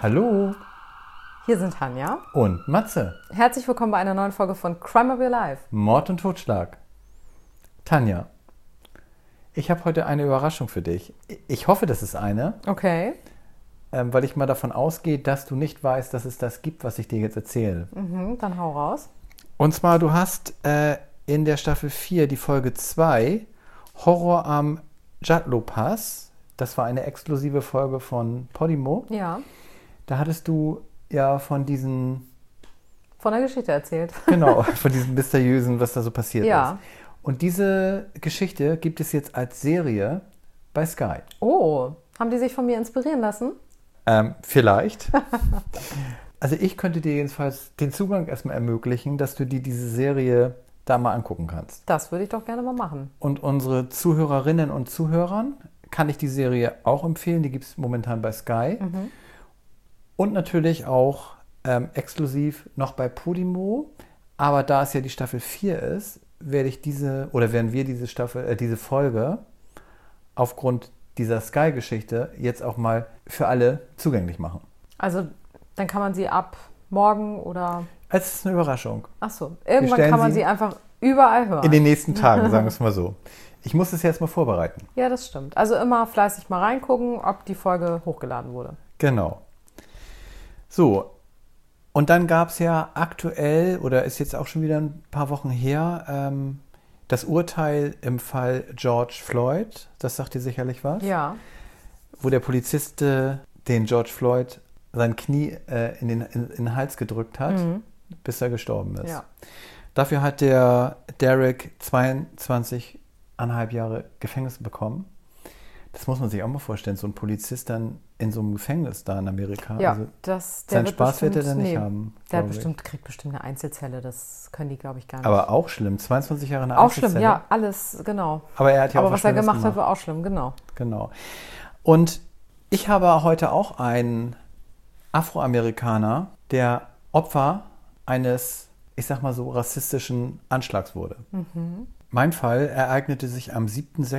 Hallo Hier sind Tanja und Matze. Herzlich willkommen bei einer neuen Folge von Crime of Your Life. Mord und Totschlag. Tanja, ich habe heute eine Überraschung für dich. Ich hoffe, das ist eine. Okay. Weil ich mal davon ausgehe, dass du nicht weißt, dass es das gibt, was ich dir jetzt erzähle. Dann hau raus. Und zwar, du hast in der Staffel 4 die Folge 2 Horror am Jatlo Pass. Das war eine exklusive Folge von Podimo. Ja. Da hattest du ja von der Geschichte erzählt. Genau, von diesem mysteriösen, was da so passiert Ja. ist. Und diese Geschichte gibt es jetzt als Serie bei Sky. Oh, haben die sich von mir inspirieren lassen? Vielleicht. Also ich könnte dir jedenfalls den Zugang erstmal ermöglichen, dass du dir diese Serie da mal angucken kannst. Das würde ich doch gerne mal machen. Und unsere Zuhörerinnen und Zuhörern kann ich die Serie auch empfehlen. Die gibt es momentan bei Sky. Und natürlich auch exklusiv noch bei Podimo. Aber da es ja die Staffel 4 ist, werden wir diese Folge aufgrund dieser Sky-Geschichte jetzt auch mal für alle zugänglich machen. Also, dann kann man sie ab morgen oder... Es ist eine Überraschung. Ach so, irgendwann kann man sie einfach überall hören. In den nächsten Tagen, sagen wir es mal so. Ich muss es jetzt mal vorbereiten. Ja, das stimmt. Also immer fleißig mal reingucken, ob die Folge hochgeladen wurde. Genau. So, und dann gab es ja aktuell, oder ist jetzt auch schon wieder ein paar Wochen her, das Urteil im Fall George Floyd. Das sagt dir sicherlich was? Ja. Wo der Polizist den George Floyd sein Knie in den Hals gedrückt hat, bis er gestorben ist. Ja. Dafür hat der Derek 22,5 Jahre Gefängnis bekommen. Das muss man sich auch mal vorstellen, so ein Polizist dann in so einem Gefängnis da in Amerika. Ja, also seinen Spaß wird er dann nicht haben. Der kriegt bestimmt eine Einzelzelle, das können die, glaube ich, gar nicht. Aber auch schlimm, 22 Jahre eine auch Einzelzelle. Auch schlimm, ja, alles, genau. Aber er hat ja Aber auch was er gemacht hat, war auch schlimm, genau. Genau. Und ich habe heute auch einen Afroamerikaner, der Opfer eines, ich sag mal so, rassistischen Anschlags wurde. Mein Fall ereignete sich am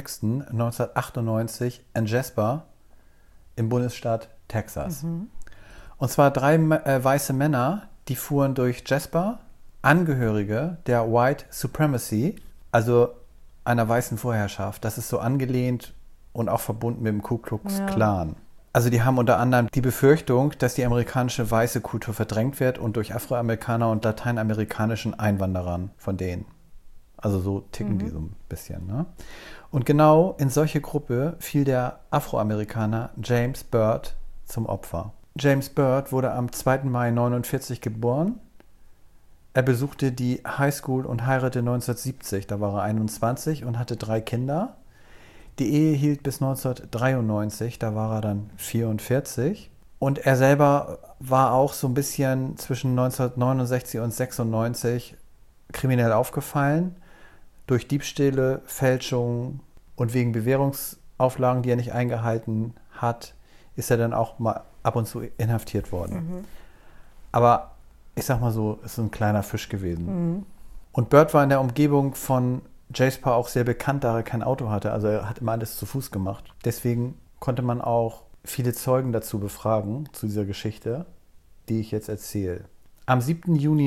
7.6.1998 in Jasper im Bundesstaat Texas. Und zwar 3 weiße Männer, die fuhren durch Jasper, Angehörige der White Supremacy, also einer weißen Vorherrschaft. Das ist so angelehnt und auch verbunden mit dem Ku Klux Klan. Ja. Also die haben unter anderem die Befürchtung, dass die amerikanische weiße Kultur verdrängt wird und durch Afroamerikaner und lateinamerikanischen Einwanderern von denen. Also so ticken die so ein bisschen. Ne? Und genau in solche Gruppe fiel der Afroamerikaner James Byrd zum Opfer. James Byrd wurde am 2. Mai 1949 geboren. Er besuchte die Highschool und heiratete 1970. Da war er 21 und hatte 3 Kinder. Die Ehe hielt bis 1993. Da war er dann 44. Und er selber war auch so ein bisschen zwischen 1969 und 96 kriminell aufgefallen. Durch Diebstähle, Fälschungen und wegen Bewährungsauflagen, die er nicht eingehalten hat, ist er dann auch mal ab und zu inhaftiert worden. Aber ich sag mal so, ist ein kleiner Fisch gewesen. Und Byrd war in der Umgebung von Jasper auch sehr bekannt, da er kein Auto hatte. Also er hat immer alles zu Fuß gemacht. Deswegen konnte man auch viele Zeugen dazu befragen, zu dieser Geschichte, die ich jetzt erzähle. Am 7. Juni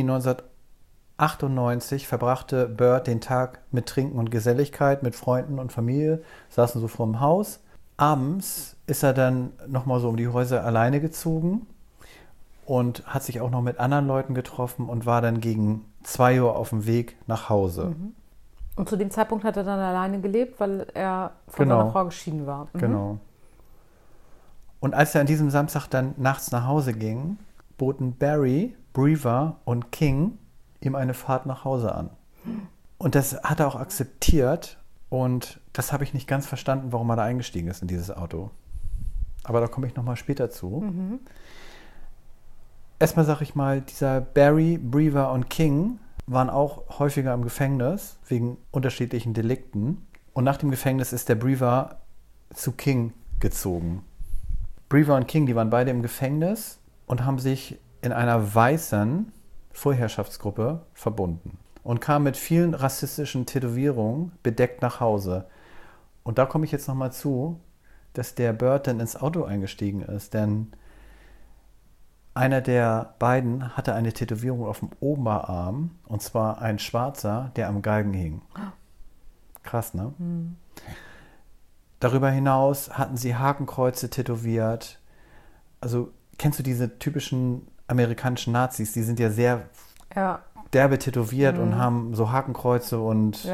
1998 verbrachte Byrd den Tag mit Trinken und Geselligkeit, mit Freunden und Familie, saßen so vorm Haus. Abends ist er dann nochmal so um die Häuser alleine gezogen und hat sich auch noch mit anderen Leuten getroffen und war dann gegen 2 Uhr auf dem Weg nach Hause. Und zu dem Zeitpunkt hat er dann alleine gelebt, weil er von seiner Frau geschieden war. Genau. Und als er an diesem Samstag dann nachts nach Hause ging, boten Barry, Brewer und King ihm eine Fahrt nach Hause an. Und das hat er auch akzeptiert und das habe ich nicht ganz verstanden, warum er da eingestiegen ist in dieses Auto. Aber da komme ich nochmal später zu. Erstmal sage ich mal, dieser Barry, Brewer und King waren auch häufiger im Gefängnis wegen unterschiedlichen Delikten. Und nach dem Gefängnis ist der Brewer zu King gezogen. Brewer und King, die waren beide im Gefängnis und haben sich in einer weißen Vorherrschaftsgruppe verbunden und kamen mit vielen rassistischen Tätowierungen bedeckt nach Hause. Und da komme ich jetzt nochmal zu, dass der Byrd dann ins Auto eingestiegen ist, denn King, der Brewer, der King, die waren beide im Gefängnis und haben sich in einer weißen Vorherrschaftsgruppe verbunden und kamen mit vielen rassistischen Tätowierungen bedeckt nach Hause. Und da komme ich jetzt nochmal zu, dass der Byrd dann ins Auto eingestiegen ist, denn Einer der beiden hatte eine Tätowierung auf dem Oberarm, und zwar ein schwarzer, der am Galgen hing. Krass, ne? Darüber hinaus hatten sie Hakenkreuze tätowiert. Also kennst du diese typischen amerikanischen Nazis? Die sind ja sehr derbe tätowiert und haben so Hakenkreuze und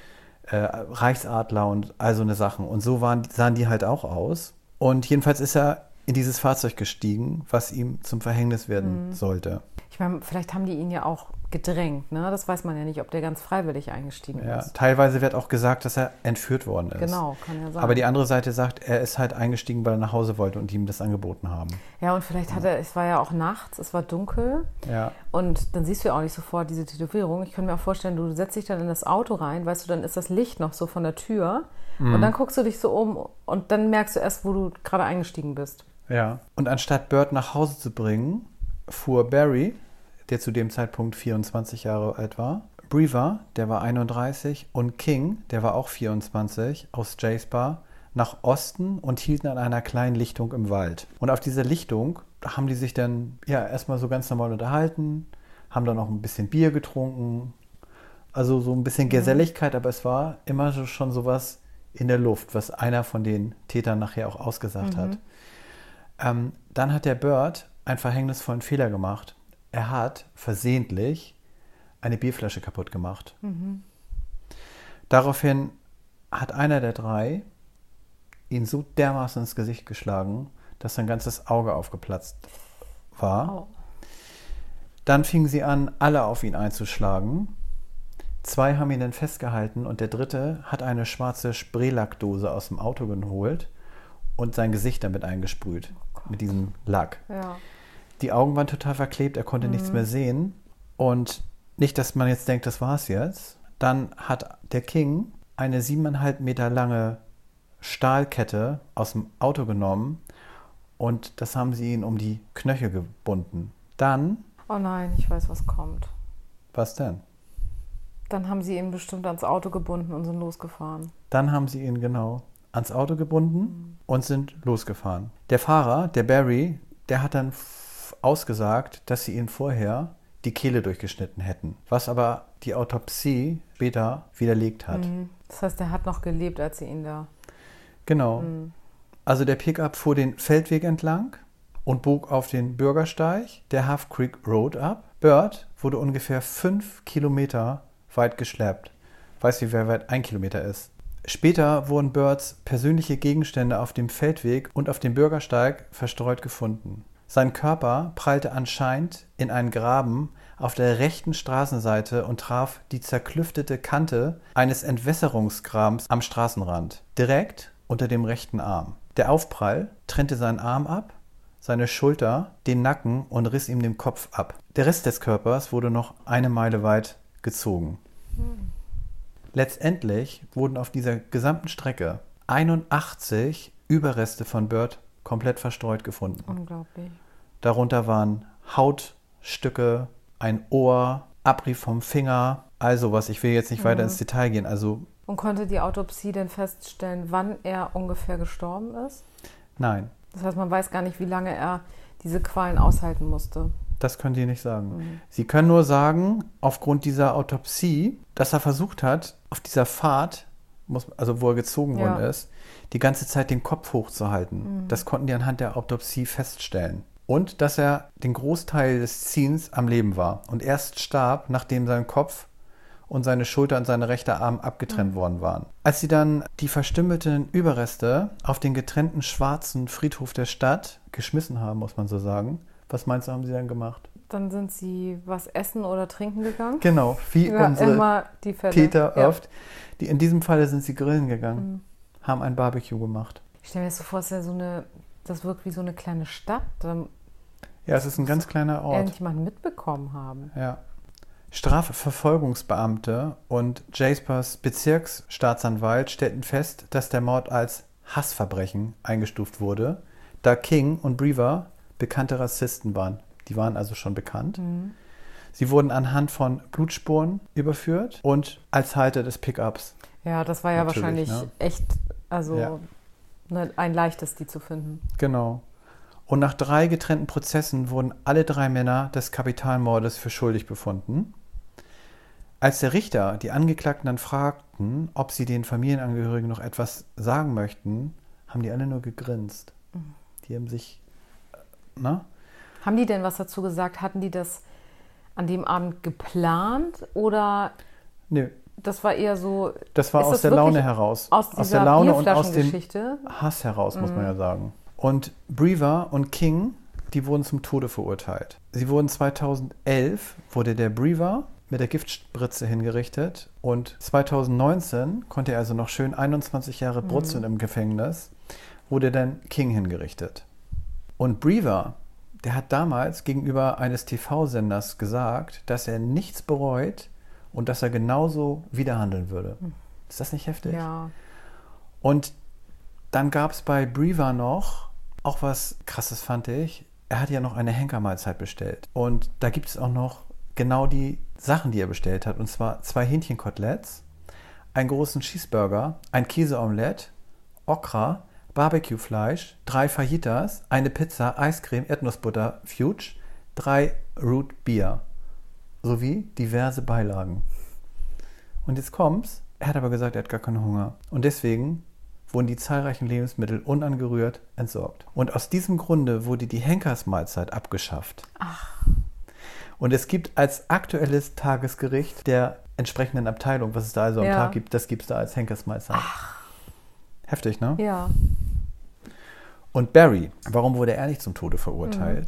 Reichsadler und all so eine Sachen. Und so sahen die halt auch aus. Und jedenfalls ist er in dieses Fahrzeug gestiegen, was ihm zum Verhängnis werden sollte. Ich meine, vielleicht haben die ihn ja auch gedrängt, ne? Das weiß man ja nicht, ob der ganz freiwillig eingestiegen ist. Teilweise wird auch gesagt, dass er entführt worden ist. Genau, kann ja sein. Aber die andere Seite sagt, er ist halt eingestiegen, weil er nach Hause wollte und die ihm das angeboten haben. Ja, und vielleicht es war ja auch nachts, es war dunkel. Ja. Und dann siehst du ja auch nicht sofort diese Tätowierung. Ich kann mir auch vorstellen, du setzt dich dann in das Auto rein, weißt du, dann ist das Licht noch so von der Tür. Und dann guckst du dich so um und dann merkst du erst, wo du gerade eingestiegen bist. Ja. Und anstatt Burt nach Hause zu bringen, fuhr Barry, der zu dem Zeitpunkt 24 Jahre alt war, Brewer, der war 31, und King, der war auch 24, aus Jasper nach Osten und hielten an einer kleinen Lichtung im Wald. Und auf dieser Lichtung haben die sich dann erstmal so ganz normal unterhalten, haben dann auch ein bisschen Bier getrunken, also so ein bisschen Geselligkeit, aber es war immer schon sowas in der Luft, was einer von den Tätern nachher auch ausgesagt hat. Dann hat der Burt einen verhängnisvollen Fehler gemacht. Er hat versehentlich eine Bierflasche kaputt gemacht. Daraufhin hat einer der drei ihn so dermaßen ins Gesicht geschlagen, dass sein ganzes Auge aufgeplatzt war. Oh. Dann fingen sie an, alle auf ihn einzuschlagen. 2 haben ihn dann festgehalten und der dritte hat eine schwarze Spraylackdose aus dem Auto geholt und sein Gesicht damit eingesprüht, mit diesem Lack. Ja. Die Augen waren total verklebt, er konnte nichts mehr sehen. Und nicht, dass man jetzt denkt, das war's jetzt. Dann hat der King eine 7,5 Meter lange Stahlkette aus dem Auto genommen und das haben sie ihn um die Knöchel gebunden. Dann... Oh nein, ich weiß, was kommt. Was denn? Dann haben sie ihn bestimmt ans Auto gebunden und sind losgefahren. Dann haben sie ihn genau ans Auto gebunden und sind losgefahren. Der Fahrer, der Barry, der hat dann ausgesagt, dass sie ihn vorher die Kehle durchgeschnitten hätten, was aber die Autopsie später widerlegt hat. Das heißt, er hat noch gelebt, als sie ihn da... Genau. Also der Pickup fuhr den Feldweg entlang und bog auf den Bürgersteig der Half Creek Road ab. Burt wurde ungefähr 5 Kilometer weit geschleppt. Weißt du, wie weit 1 Kilometer ist? Später wurden Burts persönliche Gegenstände auf dem Feldweg und auf dem Bürgersteig verstreut gefunden. Sein Körper prallte anscheinend in einen Graben auf der rechten Straßenseite und traf die zerklüftete Kante eines Entwässerungsgrabens am Straßenrand, direkt unter dem rechten Arm. Der Aufprall trennte seinen Arm ab, seine Schulter, den Nacken und riss ihm den Kopf ab. Der Rest des Körpers wurde noch 1 Meile weit gezogen. Letztendlich wurden auf dieser gesamten Strecke 81 Überreste von Burt komplett verstreut gefunden. Unglaublich. Darunter waren Hautstücke, ein Ohr, Abrieb vom Finger, also was. Ich will jetzt nicht weiter ins Detail gehen. Und konnte die Autopsie denn feststellen, wann er ungefähr gestorben ist? Nein. Das heißt, man weiß gar nicht, wie lange er diese Qualen aushalten musste. Das können die nicht sagen. Sie können nur sagen, aufgrund dieser Autopsie, dass er versucht hat, auf dieser Fahrt, wo er gezogen worden ist, die ganze Zeit den Kopf hochzuhalten. Das konnten die anhand der Autopsie feststellen. Und dass er den Großteil des Ziehens am Leben war und erst starb, nachdem sein Kopf und seine Schulter und sein rechter Arm abgetrennt worden waren. Als sie dann die verstümmelten Überreste auf den getrennten schwarzen Friedhof der Stadt geschmissen haben, muss man so sagen, was meinst du, haben sie dann gemacht? Dann sind sie was essen oder trinken gegangen? Genau, wie unsere immer die Fälle. Täter oft. In diesem Falle sind sie grillen gegangen, haben ein Barbecue gemacht. Ich stelle mir das so vor, das wirkt wie so eine kleine Stadt. Ja, es ist ein ganz kleiner Ort. Irgendjemand mitbekommen haben. Ja. Strafverfolgungsbeamte und Jaspers Bezirksstaatsanwalt stellten fest, dass der Mord als Hassverbrechen eingestuft wurde, da King und Brewer bekannte Rassisten waren. Die waren also schon bekannt. Sie wurden anhand von Blutspuren überführt und als Halter des Pickups. Ja, das war ja wahrscheinlich ne? echt, ein leichtes, die zu finden. Genau. Und nach 3 getrennten Prozessen wurden alle 3 Männer des Kapitalmordes für schuldig befunden. Als der Richter die Angeklagten dann fragten, ob sie den Familienangehörigen noch etwas sagen möchten, haben die alle nur gegrinst. Die haben sich, Haben die denn was dazu gesagt? Hatten die das an dem Abend geplant oder? Nö. Das war eher so. Das war aus der Laune heraus. Aus der Laune und aus dem Geschichte? Hass heraus, muss man ja sagen. Und Brewer und King, die wurden zum Tode verurteilt. Sie wurden 2011, wurde der Brewer mit der Giftspritze hingerichtet und 2019 konnte er also noch schön 21 Jahre brutzeln im Gefängnis, wurde dann King hingerichtet. Und Brewer, der hat damals gegenüber eines TV-Senders gesagt, dass er nichts bereut und dass er genauso wieder handeln würde. Ist das nicht heftig? Ja. Und dann gab es bei Brewer noch, auch was Krasses fand ich, er hat ja noch eine Henkermahlzeit bestellt. Und da gibt es auch noch genau die Sachen, die er bestellt hat. Und zwar 2 Hähnchenkoteletts, einen großen Cheeseburger, ein Käseomelett, Okra, Barbecue-Fleisch, 3 Fajitas, eine Pizza, Eiscreme, Erdnussbutter, Fuge, 3 Root Beer sowie diverse Beilagen. Und jetzt kommt's, er hat aber gesagt, er hat gar keinen Hunger. Und deswegen wurden die zahlreichen Lebensmittel unangerührt entsorgt. Und aus diesem Grunde wurde die Henkersmahlzeit abgeschafft. Ach. Und es gibt als aktuelles Tagesgericht der entsprechenden Abteilung, was es da also am Tag gibt, das gibt es da als Henkersmahlzeit. Ach. Heftig, ne? Ja. Und Barry, warum wurde er nicht zum Tode verurteilt?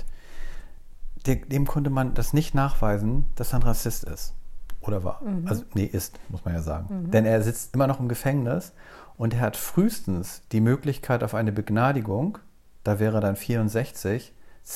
Dem konnte man das nicht nachweisen, dass er ein Rassist ist. Oder war. Also, ist, muss man ja sagen. Denn er sitzt immer noch im Gefängnis und er hat frühestens die Möglichkeit auf eine Begnadigung, da wäre dann 64,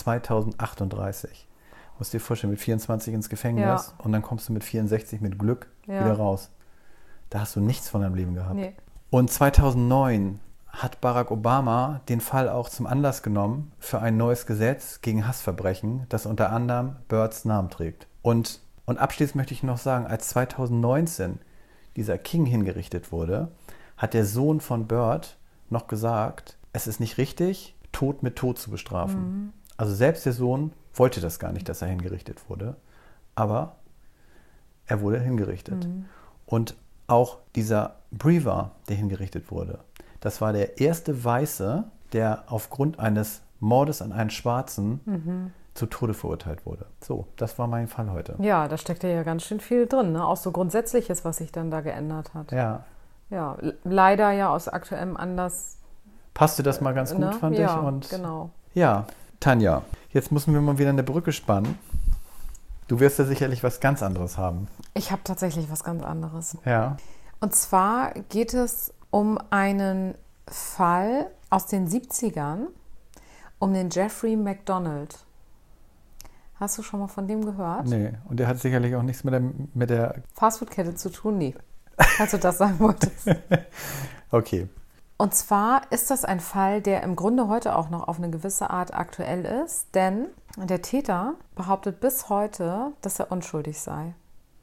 2038. Musst dir vorstellen, mit 24 ins Gefängnis und dann kommst du mit 64 mit Glück wieder raus. Da hast du nichts von deinem Leben gehabt. Nee. Und 2009 hat Barack Obama den Fall auch zum Anlass genommen für ein neues Gesetz gegen Hassverbrechen, das unter anderem Byrds Namen trägt. Und abschließend möchte ich noch sagen, als 2019 dieser King hingerichtet wurde, hat der Sohn von Byrd noch gesagt, es ist nicht richtig, Tod mit Tod zu bestrafen. Also selbst der Sohn wollte das gar nicht, dass er hingerichtet wurde, aber er wurde hingerichtet. Und auch dieser Brewer, der hingerichtet wurde, das war der erste Weiße, der aufgrund eines Mordes an einen Schwarzen zu Tode verurteilt wurde. So, das war mein Fall heute. Ja, da steckt ja ganz schön viel drin, ne? Auch so Grundsätzliches, was sich dann da geändert hat. Ja. Ja, leider ja aus aktuellem Anlass. Passte das mal ganz gut, fand ich. Und genau. Ja, Tanja, jetzt müssen wir mal wieder eine Brücke spannen. Du wirst ja sicherlich was ganz anderes haben. Ich habe tatsächlich was ganz anderes. Ja. Und zwar geht es um einen Fall aus den 70ern, um den Jeffrey MacDonald. Hast du schon mal von dem gehört? Nee, und der hat sicherlich auch nichts mit der Fastfood-Kette zu tun? Nee. Falls du das sagen wolltest. Okay. Und zwar ist das ein Fall, der im Grunde heute auch noch auf eine gewisse Art aktuell ist, denn der Täter behauptet bis heute, dass er unschuldig sei.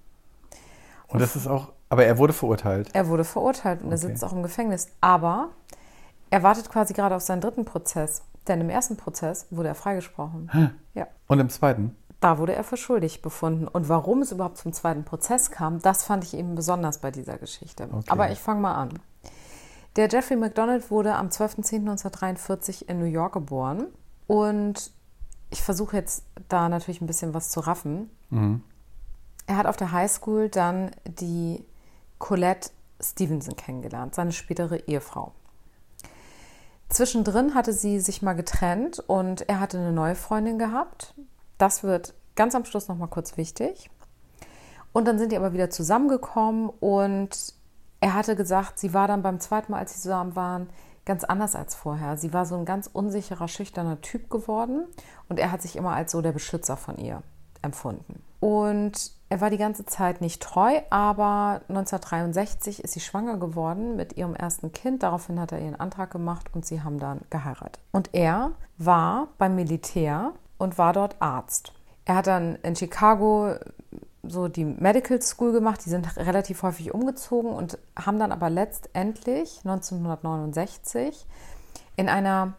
Und das ist auch, aber er wurde verurteilt. Er wurde verurteilt und er sitzt auch im Gefängnis. Aber er wartet quasi gerade auf seinen 3. Prozess, denn im 1. Prozess wurde er freigesprochen. Ja. Und im 2.? Da wurde er für schuldig befunden. Und warum es überhaupt zum 2. Prozess kam, das fand ich eben besonders bei dieser Geschichte. Okay. Aber ich fange mal an. Der Jeffrey MacDonald wurde am 12.10.1943 in New York geboren. Und ich versuche jetzt da natürlich ein bisschen was zu raffen. Er hat auf der Highschool dann die Colette Stevenson kennengelernt, seine spätere Ehefrau. Zwischendrin hatte sie sich mal getrennt und er hatte eine neue Freundin gehabt. Das wird ganz am Schluss noch mal kurz wichtig. Und dann sind die aber wieder zusammengekommen und er hatte gesagt, sie war dann beim 2. Mal, als sie zusammen waren, ganz anders als vorher. Sie war so ein ganz unsicherer, schüchterner Typ geworden und er hat sich immer als so der Beschützer von ihr empfunden. Und er war die ganze Zeit nicht treu, aber 1963 ist sie schwanger geworden mit ihrem ersten Kind. Daraufhin hat er ihren Antrag gemacht und sie haben dann geheiratet. Und er war beim Militär und war dort Arzt. Er hat dann in Chicago so die Medical School gemacht. Die sind relativ häufig umgezogen und haben dann aber letztendlich 1969 in einer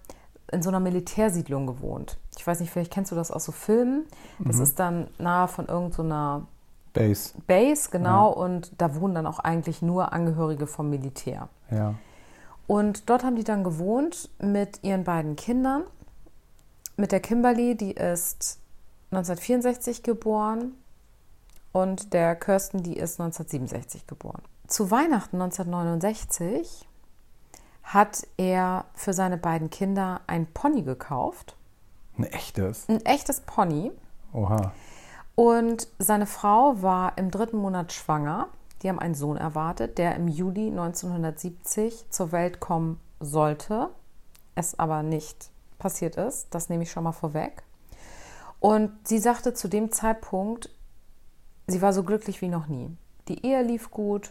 in so einer Militärsiedlung gewohnt. Ich weiß nicht, vielleicht kennst du das aus so Filmen. Das ist dann nahe von irgendeiner Base, genau. Ja. Und da wohnen dann auch eigentlich nur Angehörige vom Militär. Ja. Und dort haben die dann gewohnt mit ihren beiden Kindern. Mit der Kimberly, die ist 1964 geboren. Und der Kirsten, die ist 1967 geboren. Zu Weihnachten 1969 hat er für seine beiden Kinder ein Pony gekauft. Ein echtes? Ein echtes Pony. Oha. Und seine Frau war im 3. Monat schwanger. Die haben einen Sohn erwartet, der im Juli 1970 zur Welt kommen sollte. Es aber nicht passiert ist. Das nehme ich schon mal vorweg. Und sie sagte zu dem Zeitpunkt, sie war so glücklich wie noch nie. Die Ehe lief gut.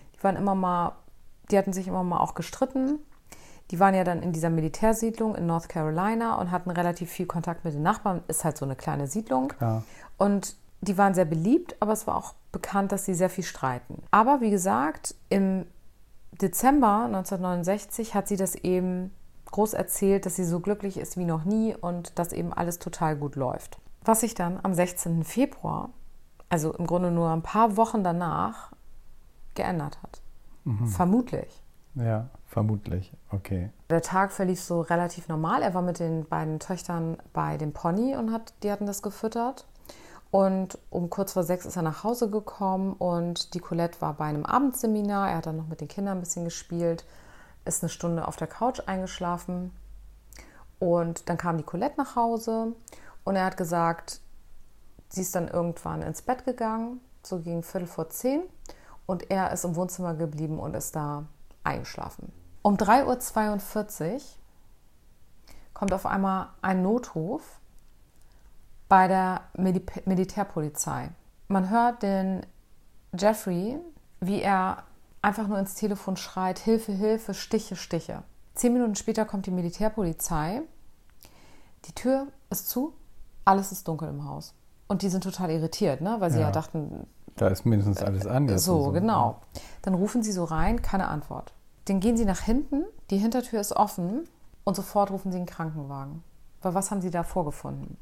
Die hatten sich immer mal auch gestritten. Die waren ja dann in dieser Militärsiedlung in North Carolina und hatten relativ viel Kontakt mit den Nachbarn. Ist halt so eine kleine Siedlung. Klar. Und die waren sehr beliebt, aber es war auch bekannt, dass sie sehr viel streiten. Aber wie gesagt, im Dezember 1969 hat sie das eben groß erzählt, dass sie so glücklich ist wie noch nie und dass eben alles total gut läuft. Was sich dann am 16. Februar, also im Grunde nur ein paar Wochen danach, geändert hat. Vermutlich. Ja, vermutlich. Okay. Der Tag verlief so relativ normal. Er war mit den beiden Töchtern bei dem Pony und die hatten das gefüttert. Und um kurz vor 6 ist er nach Hause gekommen und die Colette war bei einem Abendseminar. Er hat dann noch mit den Kindern ein bisschen gespielt, ist eine Stunde auf der Couch eingeschlafen. Und dann kam die Colette nach Hause und er hat gesagt, sie ist dann irgendwann ins Bett gegangen, so gegen 9:45. Und er ist im Wohnzimmer geblieben und ist da eingeschlafen. Um 3:42 Uhr kommt auf einmal ein Notruf bei der Militärpolizei. Man hört den Jeffrey, wie er einfach nur ins Telefon schreit, Hilfe, Hilfe, Stiche, Stiche. 10 Minuten später kommt die Militärpolizei. Die Tür ist zu, alles ist dunkel im Haus. Und die sind total irritiert, ne? Weil sie ja dachten, da ist mindestens alles anders. So, genau. Dann rufen sie so rein, keine Antwort. Dann gehen sie nach hinten, die Hintertür ist offen und sofort rufen sie einen Krankenwagen. Weil was haben sie da vorgefunden?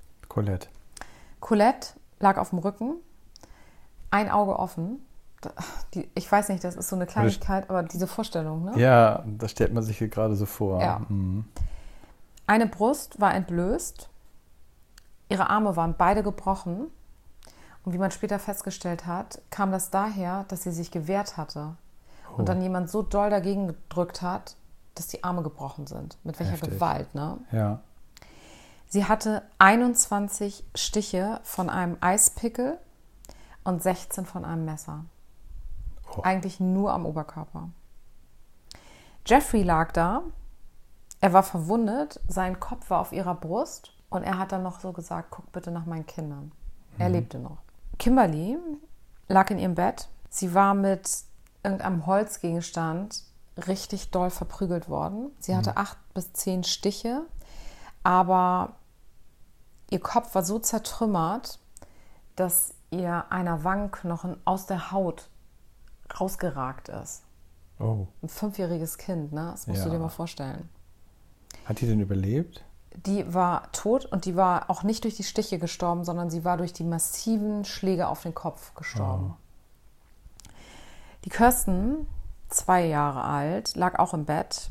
Colette lag auf dem Rücken, ein Auge offen. Ich weiß nicht, das ist so eine Kleinigkeit, aber diese Vorstellung, ne? Ja, das stellt man sich hier gerade so vor. Ja. Eine Brust war entblößt, ihre Arme waren beide gebrochen. Und wie man später festgestellt hat, kam das daher, dass sie sich gewehrt hatte. Und dann jemand so doll dagegen gedrückt hat, dass die Arme gebrochen sind. Mit welcher Heftig. Gewalt, ne? Ja. Sie hatte 21 Stiche von einem Eispickel und 16 von einem Messer. Eigentlich nur am Oberkörper. Jeffrey lag da. Er war verwundet. Sein Kopf war auf ihrer Brust. Und er hat dann noch so gesagt, guck bitte nach meinen Kindern. Er lebte noch. Kimberly lag in ihrem Bett. Sie war mit irgendeinem Holzgegenstand richtig doll verprügelt worden. Sie hatte 8 bis 10 Stiche, aber ihr Kopf war so zertrümmert, dass ihr einer Wangenknochen aus der Haut rausgeragt ist. Oh. Ein 5-jähriges Kind, ne? Das musst du dir mal vorstellen. Hat die denn überlebt? Die war tot und die war auch nicht durch die Stiche gestorben, sondern sie war durch die massiven Schläge auf den Kopf gestorben. Oh. Die Kirsten, 2 Jahre alt, lag auch im Bett.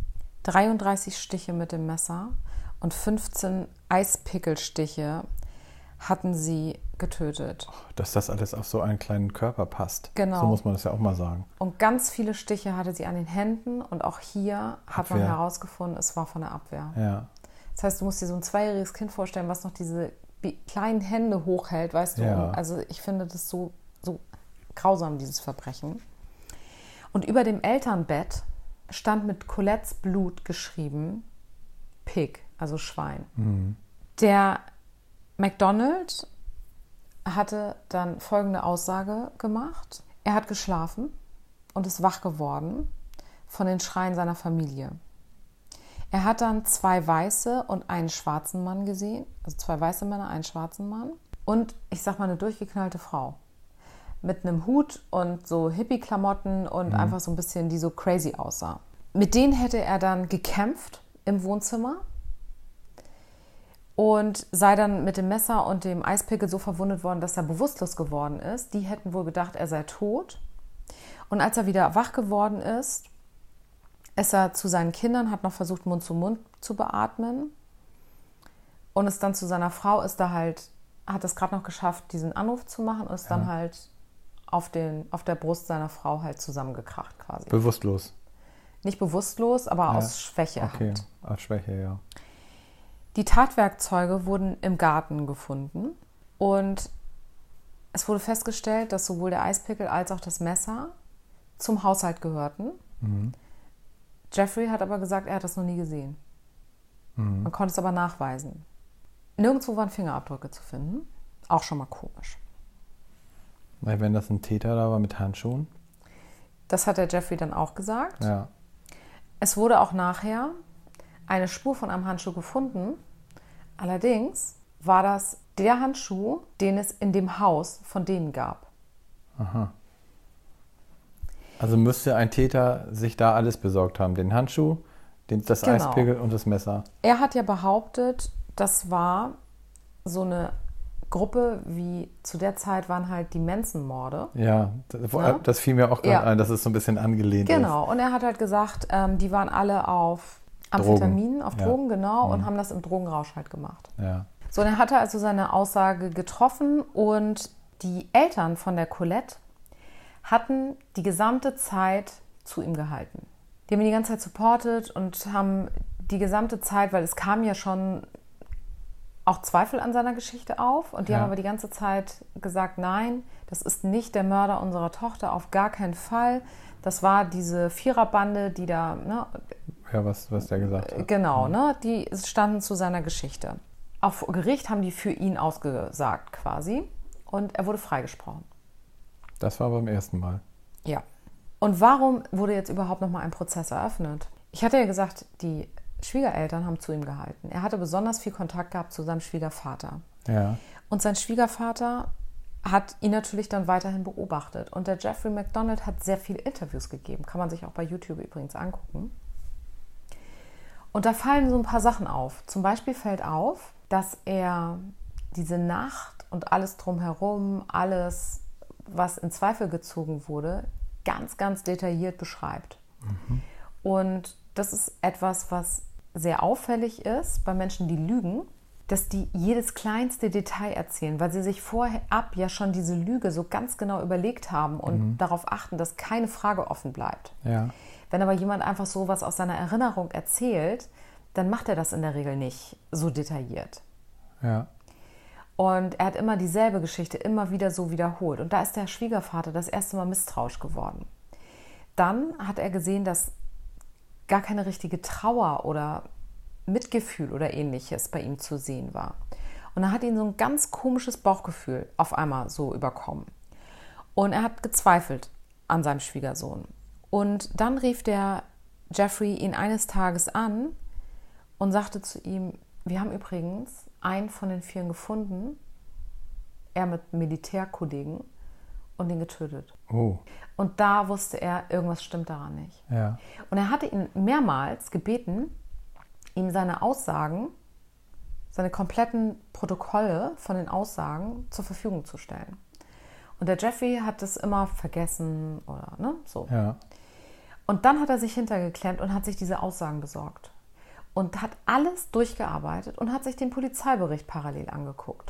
33 Stiche mit dem Messer und 15 Eispickelstiche hatten sie getötet. Dass das alles auf so einen kleinen Körper passt. Genau. So muss man das ja auch mal sagen. Und ganz viele Stiche hatte sie an den Händen und auch hier hat man herausgefunden, es war von der Abwehr. Ja. Das heißt, du musst dir so ein 2-jähriges Kind vorstellen, was noch diese kleinen Hände hochhält, weißt du? Ja. Also ich finde das so grausam, dieses Verbrechen. Und über dem Elternbett stand mit Colettes Blut geschrieben Pig, also Schwein. Der McDonald hatte dann folgende Aussage gemacht. Er hat geschlafen und ist wach geworden von den Schreien seiner Familie. Er hat dann 2 weiße und einen schwarzen Mann gesehen, also 2 weiße Männer, einen schwarzen Mann und ich sag mal eine durchgeknallte Frau mit einem Hut und so Hippie-Klamotten und einfach so ein bisschen, die so crazy aussah. Mit denen hätte er dann gekämpft im Wohnzimmer und sei dann mit dem Messer und dem Eispickel so verwundet worden, dass er bewusstlos geworden ist. Die hätten wohl gedacht, er sei tot. Und als er wieder wach geworden ist er zu seinen Kindern, hat noch versucht, Mund zu Mund zu beatmen. Und ist dann zu seiner Frau, hat es gerade noch geschafft, diesen Anruf zu machen und ist dann halt auf der Brust seiner Frau halt zusammengekracht quasi. Bewusstlos? Nicht bewusstlos, aber aus Schwäche okay. halt. Aus Schwäche, ja. Die Tatwerkzeuge wurden im Garten gefunden und es wurde festgestellt, dass sowohl der Eispickel als auch das Messer zum Haushalt gehörten. Mhm. Jeffrey hat aber gesagt, er hat das noch nie gesehen. Mhm. Man konnte es aber nachweisen. Nirgendwo waren Fingerabdrücke zu finden. Auch schon mal komisch. Weil wenn das ein Täter da war mit Handschuhen? Das hat der Jeffrey dann auch gesagt. Ja. Es wurde auch nachher eine Spur von einem Handschuh gefunden. Allerdings war das der Handschuh, den es in dem Haus von denen gab. Aha. Also müsste ein Täter sich da alles besorgt haben. Den Handschuh, das Eispickel und das Messer. Er hat ja behauptet, das war so eine Gruppe, wie zu der Zeit waren halt die Manson-Morde. Ja, das fiel mir auch gerade ein, dass es so ein bisschen angelehnt ist. Genau, und er hat halt gesagt, die waren alle auf Amphetaminen, auf Drogen, genau, und haben das im Drogenrausch halt gemacht. Ja. So, und er hatte also seine Aussage getroffen und die Eltern von der Colette hatten die gesamte Zeit zu ihm gehalten. Die haben ihn die ganze Zeit supportet und haben die gesamte Zeit, weil es kam ja schon auch Zweifel an seiner Geschichte auf und die haben aber die ganze Zeit gesagt, nein, das ist nicht der Mörder unserer Tochter, auf gar keinen Fall. Das war diese Viererbande, die da... Ne, ja, was der gesagt hat. Genau, ne, die standen zu seiner Geschichte. Auf Gericht haben die für ihn ausgesagt quasi und er wurde freigesprochen. Das war beim ersten Mal. Ja. Und warum wurde jetzt überhaupt nochmal ein Prozess eröffnet? Ich hatte ja gesagt, die Schwiegereltern haben zu ihm gehalten. Er hatte besonders viel Kontakt gehabt zu seinem Schwiegervater. Ja. Und sein Schwiegervater hat ihn natürlich dann weiterhin beobachtet. Und der Jeffrey MacDonald hat sehr viele Interviews gegeben. Kann man sich auch bei YouTube übrigens angucken. Und da fallen so ein paar Sachen auf. Zum Beispiel fällt auf, dass er diese Nacht und alles drumherum, alles, was in Zweifel gezogen wurde, ganz, ganz detailliert beschreibt. Mhm. Und das ist etwas, was sehr auffällig ist bei Menschen, die lügen, dass die jedes kleinste Detail erzählen, weil sie sich vorab ja schon diese Lüge so ganz genau überlegt haben und darauf achten, dass keine Frage offen bleibt. Ja. Wenn aber jemand einfach so was aus seiner Erinnerung erzählt, dann macht er das in der Regel nicht so detailliert. Ja. Und er hat immer dieselbe Geschichte immer wieder so wiederholt. Und da ist der Schwiegervater das erste Mal misstrauisch geworden. Dann hat er gesehen, dass gar keine richtige Trauer oder Mitgefühl oder Ähnliches bei ihm zu sehen war. Und da hat ihn so ein ganz komisches Bauchgefühl auf einmal so überkommen. Und er hat gezweifelt an seinem Schwiegersohn. Und dann rief der Jeffrey ihn eines Tages an und sagte zu ihm, wir haben übrigens einen von den Vieren gefunden, er mit Militärkollegen, und ihn getötet. Oh. Und da wusste er, irgendwas stimmt daran nicht. Ja. Und er hatte ihn mehrmals gebeten, ihm seine Aussagen, seine kompletten Protokolle von den Aussagen zur Verfügung zu stellen. Und der Jeffrey hat das immer vergessen oder so. Ja. Und dann hat er sich hintergeklemmt und hat sich diese Aussagen besorgt. Und hat alles durchgearbeitet und hat sich den Polizeibericht parallel angeguckt.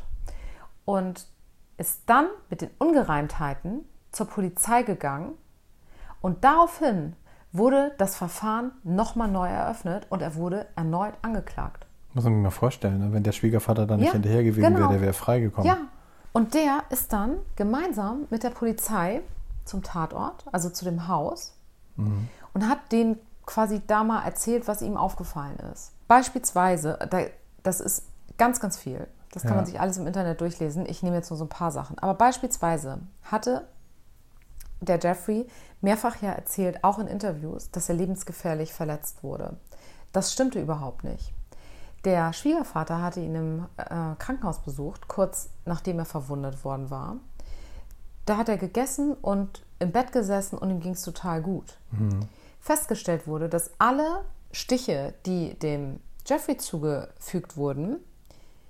Und ist dann mit den Ungereimtheiten zur Polizei gegangen und daraufhin wurde das Verfahren nochmal neu eröffnet und er wurde erneut angeklagt. Muss man mir mal vorstellen, ne? Wenn der Schwiegervater dann nicht hinterher gewesen wäre, der wäre freigekommen. Ja, und der ist dann gemeinsam mit der Polizei zum Tatort, also zu dem Haus, und hat denen quasi da mal erzählt, was ihm aufgefallen ist. Beispielsweise, das ist ganz, ganz viel. Das kann man sich alles im Internet durchlesen. Ich nehme jetzt nur so ein paar Sachen. Aber beispielsweise hatte der Jeffrey mehrfach ja erzählt, auch in Interviews, dass er lebensgefährlich verletzt wurde. Das stimmte überhaupt nicht. Der Schwiegervater hatte ihn im Krankenhaus besucht, kurz nachdem er verwundet worden war. Da hat er gegessen und im Bett gesessen und ihm ging es total gut. Festgestellt wurde, dass alle Stiche, die dem Jeffrey zugefügt wurden,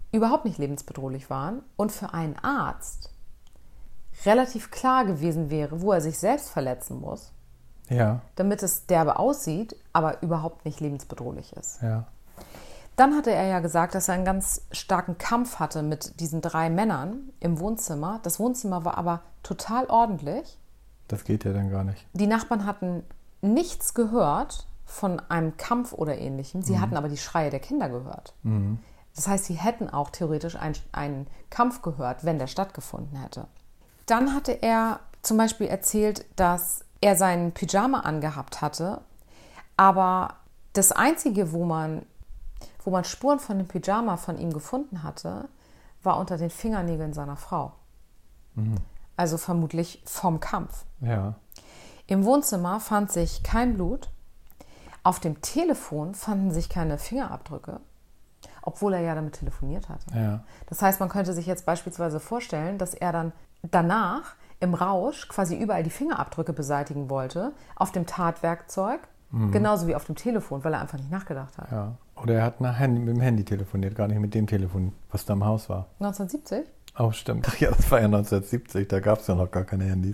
überhaupt nicht lebensbedrohlich waren und für einen Arzt relativ klar gewesen wäre, wo er sich selbst verletzen muss, Ja. damit es derbe aussieht, aber überhaupt nicht lebensbedrohlich ist. Ja. Dann hatte er ja gesagt, dass er einen ganz starken Kampf hatte mit diesen 3 Männern im Wohnzimmer. Das Wohnzimmer war aber total ordentlich. Das geht ja dann gar nicht. Die Nachbarn hatten nichts gehört von einem Kampf oder Ähnlichem. Sie hatten aber die Schreie der Kinder gehört. Das heißt, sie hätten auch theoretisch einen Kampf gehört, wenn der stattgefunden hätte. Dann hatte er zum Beispiel erzählt, dass er seinen Pyjama angehabt hatte, aber das Einzige, wo man Spuren von dem Pyjama von ihm gefunden hatte, war unter den Fingernägeln seiner Frau. Also vermutlich vom Kampf. Ja. Im Wohnzimmer fand sich kein Blut. Auf dem Telefon fanden sich keine Fingerabdrücke, obwohl er ja damit telefoniert hatte. Ja. Das heißt, man könnte sich jetzt beispielsweise vorstellen, dass er dann danach im Rausch quasi überall die Fingerabdrücke beseitigen wollte, auf dem Tatwerkzeug, genauso wie auf dem Telefon, weil er einfach nicht nachgedacht hat. Ja. Oder er hat mit dem Handy telefoniert, gar nicht mit dem Telefon, was da im Haus war. 1970? Oh, stimmt. Ach ja, das war ja 1970, da gab es ja noch gar keine Handys.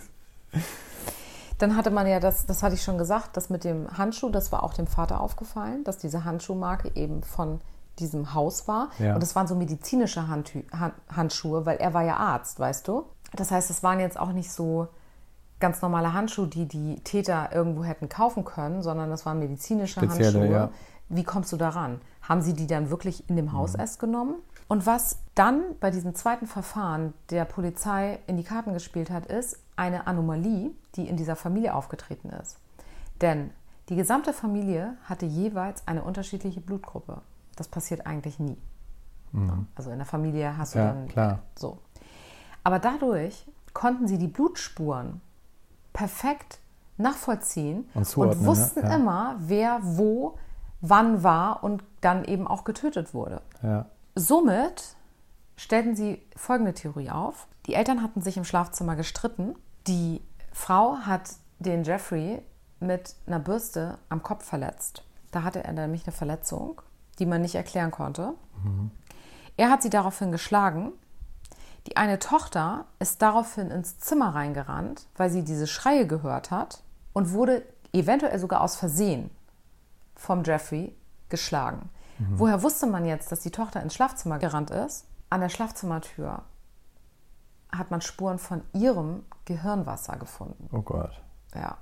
Dann hatte man ja das hatte ich schon gesagt, das mit dem Handschuh, das war auch dem Vater aufgefallen, dass diese Handschuhmarke eben von diesem Haus war. Ja. Und das waren so medizinische Handschuhe, weil er war ja Arzt, weißt du? Das heißt, es waren jetzt auch nicht so ganz normale Handschuhe, die die Täter irgendwo hätten kaufen können, sondern das waren medizinische Spezielle, Handschuhe. ja. Wie kommst du daran? Haben sie die dann wirklich in dem Haus erst genommen? Und was dann bei diesem zweiten Verfahren der Polizei in die Karten gespielt hat, ist eine Anomalie, die in dieser Familie aufgetreten ist. Denn die gesamte Familie hatte jeweils eine unterschiedliche Blutgruppe. Das passiert eigentlich nie. Also in der Familie hast du dann klar. so. Aber dadurch konnten sie die Blutspuren perfekt nachvollziehen und zuordnen, wussten ne? Ja. immer, wer wo wann war und dann eben auch getötet wurde. Ja. Somit stellten sie folgende Theorie auf. Die Eltern hatten sich im Schlafzimmer gestritten. Die Frau hat den Jeffrey mit einer Bürste am Kopf verletzt. Da hatte er nämlich eine Verletzung, die man nicht erklären konnte. Er hat sie daraufhin geschlagen. Die eine Tochter ist daraufhin ins Zimmer reingerannt, weil sie diese Schreie gehört hat und wurde eventuell sogar aus Versehen vom Jeffrey geschlagen. Woher wusste man jetzt, dass die Tochter ins Schlafzimmer gerannt ist? An der Schlafzimmertür hat man Spuren von ihrem Gehirnwasser gefunden. Oh Gott. Ja.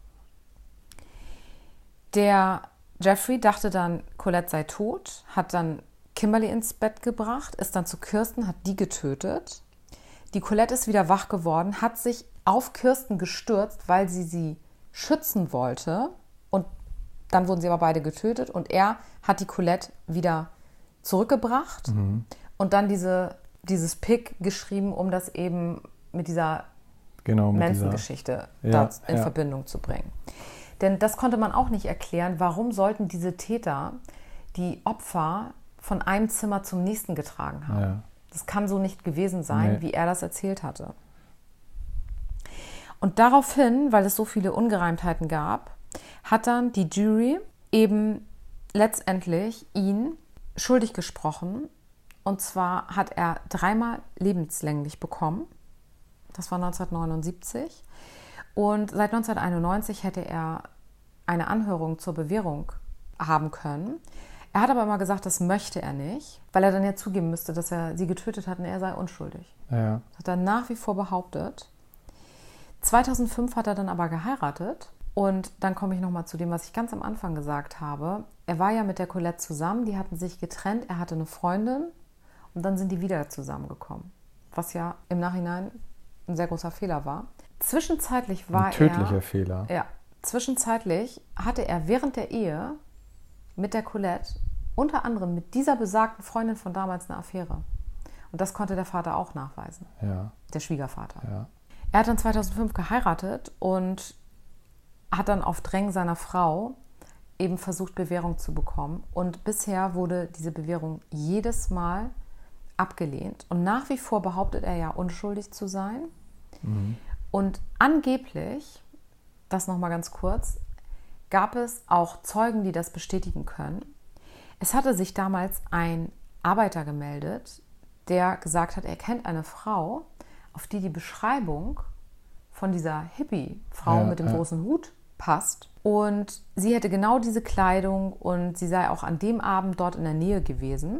Der Jeffrey dachte dann, Colette sei tot, hat dann Kimberly ins Bett gebracht, ist dann zu Kirsten, hat die getötet. Die Colette ist wieder wach geworden, hat sich auf Kirsten gestürzt, weil sie schützen wollte. Und dann wurden sie aber beide getötet. Und er hat die Colette wieder zurückgebracht und dann dieses Pick geschrieben, um das eben mit dieser Manson-Geschichte in Verbindung zu bringen. Denn das konnte man auch nicht erklären, warum sollten diese Täter die Opfer von einem Zimmer zum nächsten getragen haben. Ja. Das kann so nicht gewesen sein, wie er das erzählt hatte. Und daraufhin, weil es so viele Ungereimtheiten gab, hat dann die Jury eben letztendlich ihn schuldig gesprochen. Und zwar hat er 3-mal lebenslänglich bekommen. Das war 1979. Und seit 1991 hätte er eine Anhörung zur Bewährung haben können. Er hat aber immer gesagt, das möchte er nicht, weil er dann ja zugeben müsste, dass er sie getötet hat und er sei unschuldig. Ja. Das hat er nach wie vor behauptet. 2005 hat er dann aber geheiratet. Und dann komme ich nochmal zu dem, was ich ganz am Anfang gesagt habe. Er war ja mit der Colette zusammen, die hatten sich getrennt, er hatte eine Freundin und dann sind die wieder zusammengekommen. Was ja im Nachhinein ein sehr großer Fehler war. Zwischenzeitlich war ein tödlicher Fehler. Ja, zwischenzeitlich hatte er während der Ehe mit der Colette unter anderem mit dieser besagten Freundin von damals eine Affäre. Und das konnte der Vater auch nachweisen. Ja. Der Schwiegervater. Ja. Er hat dann 2005 geheiratet und hat dann auf Drängen seiner Frau eben versucht, Bewährung zu bekommen. Und bisher wurde diese Bewährung jedes Mal abgelehnt. Und nach wie vor behauptet er ja, unschuldig zu sein. Und angeblich, das nochmal ganz kurz, gab es auch Zeugen, die das bestätigen können. Es hatte sich damals ein Arbeiter gemeldet der gesagt hat, er kennt eine Frau, auf die Beschreibung von dieser Hippie-Frau mit dem großen Hut passt. Und sie hätte genau diese Kleidung und sie sei auch an dem Abend dort in der Nähe gewesen.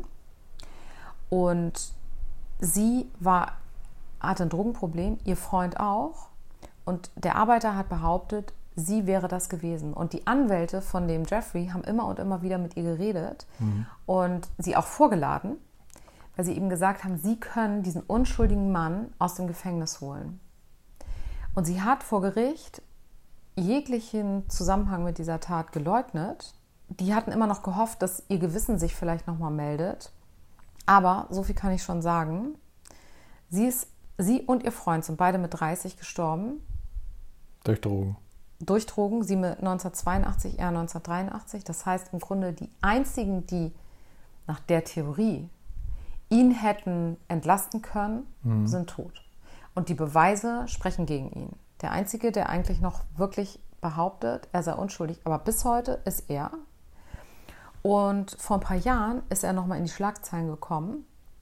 Und sie hatte ein Drogenproblem, ihr Freund auch. Und der Arbeiter hat behauptet, sie wäre das gewesen. Und die Anwälte von dem Jeffrey haben immer und immer wieder mit ihr geredet und sie auch vorgeladen, weil sie eben gesagt haben, sie können diesen unschuldigen Mann aus dem Gefängnis holen. Und sie hat vor Gericht jeglichen Zusammenhang mit dieser Tat geleugnet. Die hatten immer noch gehofft, dass ihr Gewissen sich vielleicht nochmal meldet. Aber, so viel kann ich schon sagen, sie und ihr Freund sind beide mit 30 gestorben. Durch Drogen. Durch Drogen, sie mit 1982, er 1983. Das heißt im Grunde, die einzigen, die nach der Theorie ihn hätten entlasten können, sind tot. Und die Beweise sprechen gegen ihn. Der Einzige, der eigentlich noch wirklich behauptet, er sei unschuldig, aber bis heute ist er. Und vor ein paar Jahren ist er nochmal in die Schlagzeilen gekommen,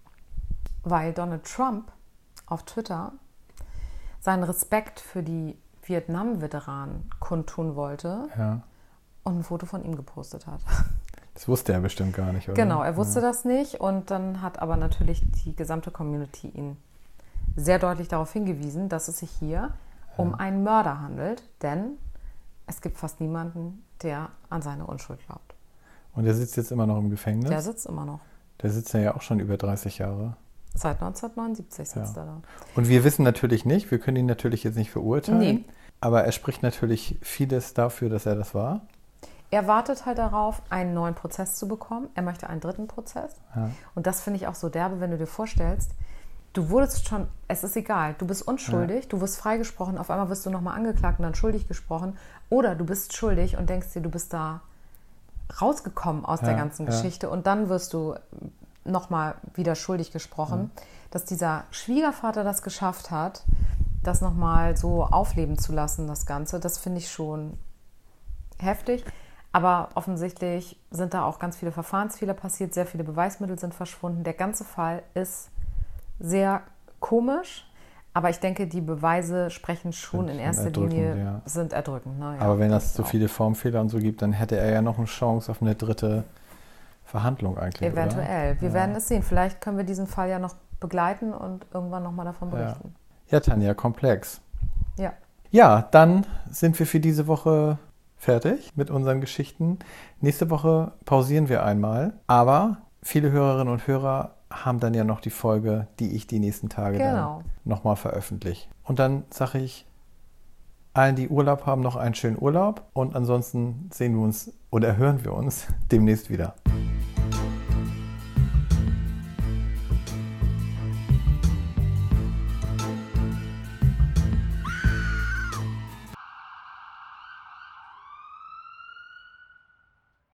weil Donald Trump auf Twitter seinen Respekt für die Vietnam-Veteranen kundtun wollte und ein Foto von ihm gepostet hat. Das wusste er bestimmt gar nicht, oder? Genau, er wusste das nicht und dann hat aber natürlich die gesamte Community ihn sehr deutlich darauf hingewiesen, dass es sich hier um einen Mörder handelt, denn es gibt fast niemanden, der an seine Unschuld glaubt. Und der sitzt jetzt immer noch im Gefängnis? Der sitzt immer noch. Der sitzt ja auch schon über 30 Jahre. Seit 1979 sitzt er da. Und wir wissen natürlich nicht, wir können ihn natürlich jetzt nicht verurteilen, Nee. aber er spricht natürlich vieles dafür, dass er das war. Er wartet halt darauf, einen neuen Prozess zu bekommen. Er möchte einen dritten Prozess. Ja. Und das finde ich auch so derbe, wenn du dir vorstellst, du wurdest schon, es ist egal, du bist unschuldig, du wirst freigesprochen, auf einmal wirst du nochmal angeklagt und dann schuldig gesprochen. Oder du bist schuldig und denkst dir, du bist da rausgekommen aus der ganzen Geschichte und dann wirst du nochmal wieder schuldig gesprochen. Dass dieser Schwiegervater das geschafft hat, das nochmal so aufleben zu lassen, das Ganze, das finde ich schon heftig. Aber offensichtlich sind da auch ganz viele Verfahrensfehler passiert, sehr viele Beweismittel sind verschwunden. Der ganze Fall ist sehr komisch, aber ich denke, die Beweise sprechen schon in erster Linie, sind erdrückend. Ne? Ja, aber wenn es so viele Formfehler und so gibt, dann hätte er ja noch eine Chance auf eine dritte Verhandlung eigentlich, eventuell. Oder? Wir werden es sehen. Vielleicht können wir diesen Fall ja noch begleiten und irgendwann nochmal davon berichten. Ja, Tanja, komplex. Ja. Ja, dann sind wir für diese Woche fertig mit unseren Geschichten. Nächste Woche pausieren wir einmal, aber viele Hörerinnen und Hörer haben dann ja noch die Folge, die ich die nächsten Tage dann nochmal veröffentliche. Und dann sage ich allen, die Urlaub haben, noch einen schönen Urlaub und ansonsten sehen wir uns oder hören wir uns demnächst wieder.